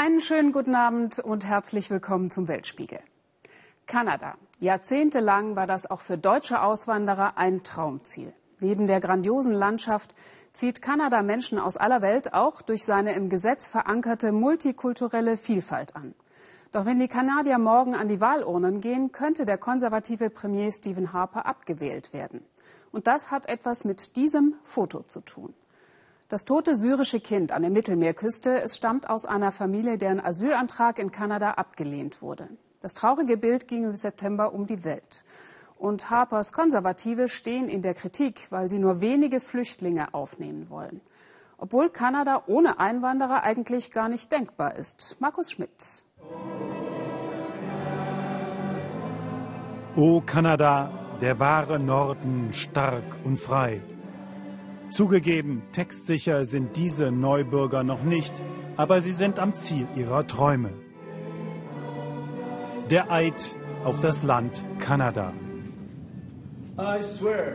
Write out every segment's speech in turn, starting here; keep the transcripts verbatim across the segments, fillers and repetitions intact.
Einen schönen guten Abend und herzlich willkommen zum Weltspiegel. Kanada. Jahrzehntelang war das auch für deutsche Auswanderer ein Traumziel. Neben der grandiosen Landschaft zieht Kanada Menschen aus aller Welt auch durch seine im Gesetz verankerte multikulturelle Vielfalt an. Doch wenn die Kanadier morgen an die Wahlurnen gehen, könnte der konservative Premier Stephen Harper abgewählt werden. Und das hat etwas mit diesem Foto zu tun. Das tote syrische Kind an der Mittelmeerküste, es stammt aus einer Familie, deren Asylantrag in Kanada abgelehnt wurde. Das traurige Bild ging im September um die Welt. Und Harpers Konservative stehen in der Kritik, weil sie nur wenige Flüchtlinge aufnehmen wollen. Obwohl Kanada ohne Einwanderer eigentlich gar nicht denkbar ist. Markus Schmidt. O Kanada, der wahre Norden, stark und frei. Zugegeben, textsicher sind diese Neubürger noch nicht, aber sie sind am Ziel ihrer Träume. Der Eid auf das Land Kanada. I swear.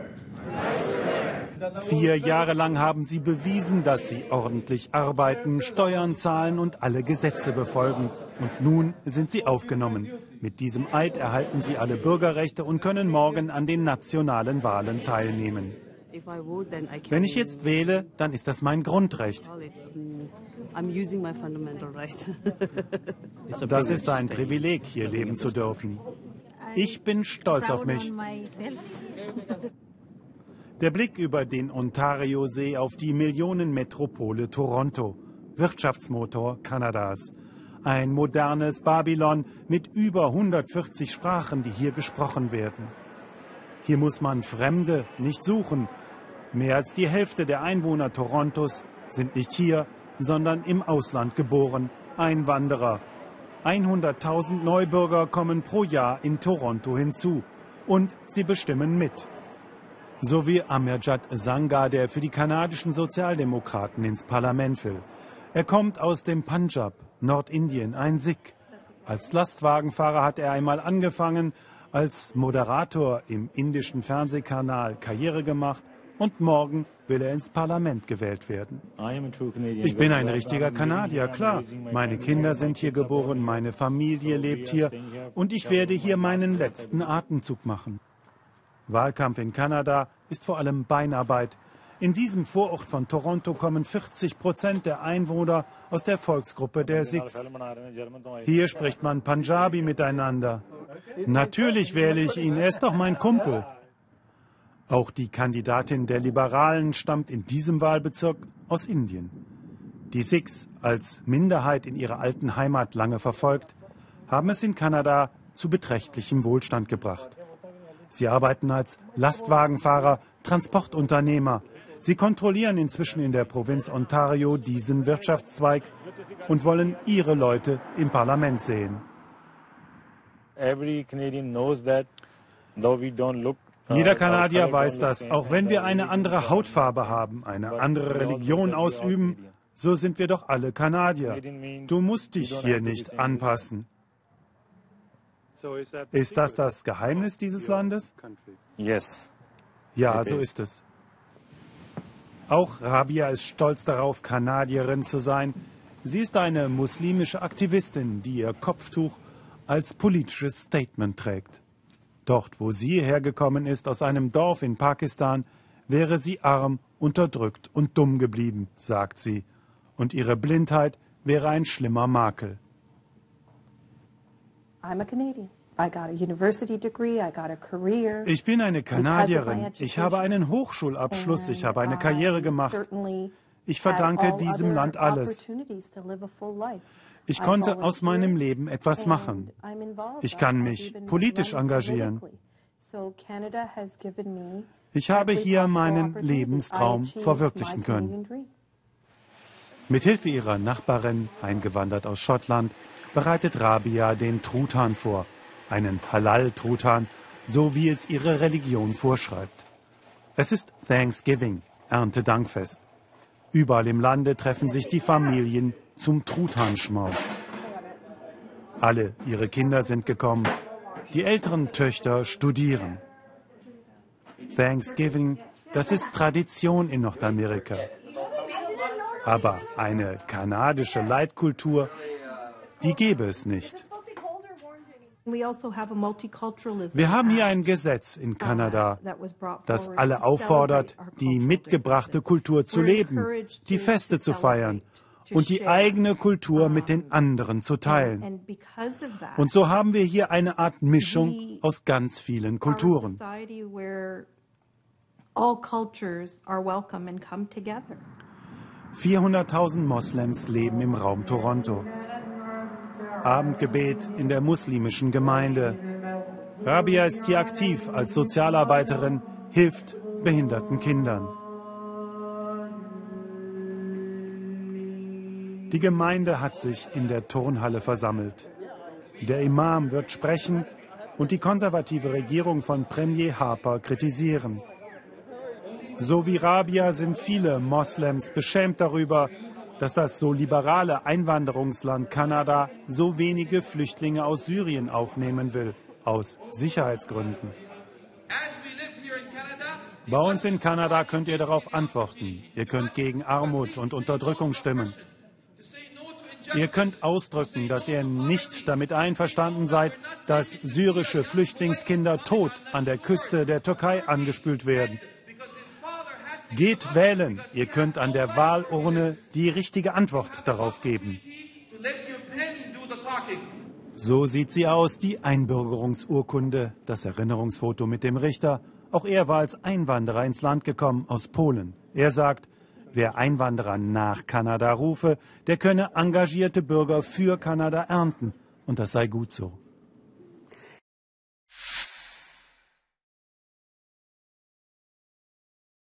Vier Jahre lang haben sie bewiesen, dass sie ordentlich arbeiten, Steuern zahlen und alle Gesetze befolgen. Und nun sind sie aufgenommen. Mit diesem Eid erhalten sie alle Bürgerrechte und können morgen an den nationalen Wahlen teilnehmen. Wenn ich jetzt wähle, dann ist das mein Grundrecht. Das ist ein Privileg, hier leben zu dürfen. Ich bin stolz auf mich. Der Blick über den Ontario-See auf die Millionenmetropole Toronto, Wirtschaftsmotor Kanadas. Ein modernes Babylon mit über hundertvierzig Sprachen, die hier gesprochen werden. Hier muss man Fremde nicht suchen. Mehr als die Hälfte der Einwohner Torontos sind nicht hier, sondern im Ausland geboren, Einwanderer. hunderttausend Neubürger kommen pro Jahr in Toronto hinzu. Und sie bestimmen mit. So wie Amarjyot Sangha, der für die kanadischen Sozialdemokraten ins Parlament will. Er kommt aus dem Punjab, Nordindien, ein Sikh. Als Lastwagenfahrer hat er einmal angefangen, als Moderator im indischen Fernsehkanal Karriere gemacht und morgen will er ins Parlament gewählt werden. Ich bin ein richtiger Kanadier, klar. Meine Kinder sind hier geboren, meine Familie lebt hier und ich werde hier meinen letzten Atemzug machen. Wahlkampf in Kanada ist vor allem Beinarbeit. In diesem Vorort von Toronto kommen vierzig Prozent der Einwohner aus der Volksgruppe der Sikhs. Hier spricht man Punjabi miteinander. Natürlich wähle ich ihn, er ist doch mein Kumpel. Auch die Kandidatin der Liberalen stammt in diesem Wahlbezirk aus Indien. Die Sikhs, als Minderheit in ihrer alten Heimat lange verfolgt, haben es in Kanada zu beträchtlichem Wohlstand gebracht. Sie arbeiten als Lastwagenfahrer, Transportunternehmer. Sie kontrollieren inzwischen in der Provinz Ontario diesen Wirtschaftszweig und wollen ihre Leute im Parlament sehen. Jeder Kanadier weiß das, auch wenn wir eine andere Hautfarbe haben, eine andere Religion ausüben, so sind wir doch alle Kanadier. Du musst dich hier nicht anpassen. Ist das das Geheimnis dieses Landes? Ja, so ist es. Auch Rabia ist stolz darauf, Kanadierin zu sein. Sie ist eine muslimische Aktivistin, die ihr Kopftuch als politisches Statement trägt. Dort, wo sie hergekommen ist, aus einem Dorf in Pakistan, wäre sie arm, unterdrückt und dumm geblieben, sagt sie. Und ihre Blindheit wäre ein schlimmer Makel. Ich bin eine Kanadierin. Ich habe einen Hochschulabschluss. Ich habe eine Karriere gemacht. Ich verdanke diesem Land alles. Ich konnte aus meinem Leben etwas machen. Ich kann mich politisch engagieren. Ich habe hier meinen Lebenstraum verwirklichen können. Mithilfe ihrer Nachbarin, eingewandert aus Schottland, bereitet Rabia den Truthahn vor. Einen Halal-Truthahn, so wie es ihre Religion vorschreibt. Es ist Thanksgiving, Erntedankfest. Überall im Lande treffen sich die Familien zum Truthahnschmaus. Alle ihre Kinder sind gekommen. Die älteren Töchter studieren. Thanksgiving, das ist Tradition in Nordamerika. Aber eine kanadische Leitkultur die gäbe es nicht. Wir haben hier ein Gesetz in Kanada, das alle auffordert, die mitgebrachte Kultur zu leben, die Feste zu feiern und die eigene Kultur mit den anderen zu teilen. Und so haben wir hier eine Art Mischung aus ganz vielen Kulturen. vierhunderttausend Moslems leben im Raum Toronto. Abendgebet in der muslimischen Gemeinde. Rabia ist hier aktiv als Sozialarbeiterin, hilft behinderten Kindern. Die Gemeinde hat sich in der Turnhalle versammelt. Der Imam wird sprechen und die konservative Regierung von Premier Harper kritisieren. So wie Rabia sind viele Moslems beschämt darüber, dass das so liberale Einwanderungsland Kanada so wenige Flüchtlinge aus Syrien aufnehmen will, aus Sicherheitsgründen. Bei uns in Kanada könnt ihr darauf antworten. Ihr könnt gegen Armut und Unterdrückung stimmen. Ihr könnt ausdrücken, dass ihr nicht damit einverstanden seid, dass syrische Flüchtlingskinder tot an der Küste der Türkei angespült werden. Geht wählen. Ihr könnt an der Wahlurne die richtige Antwort darauf geben. So sieht sie aus, die Einbürgerungsurkunde, das Erinnerungsfoto mit dem Richter. Auch er war als Einwanderer ins Land gekommen aus Polen. Er sagt, wer Einwanderer nach Kanada rufe, der könne engagierte Bürger für Kanada ernten. Und das sei gut so.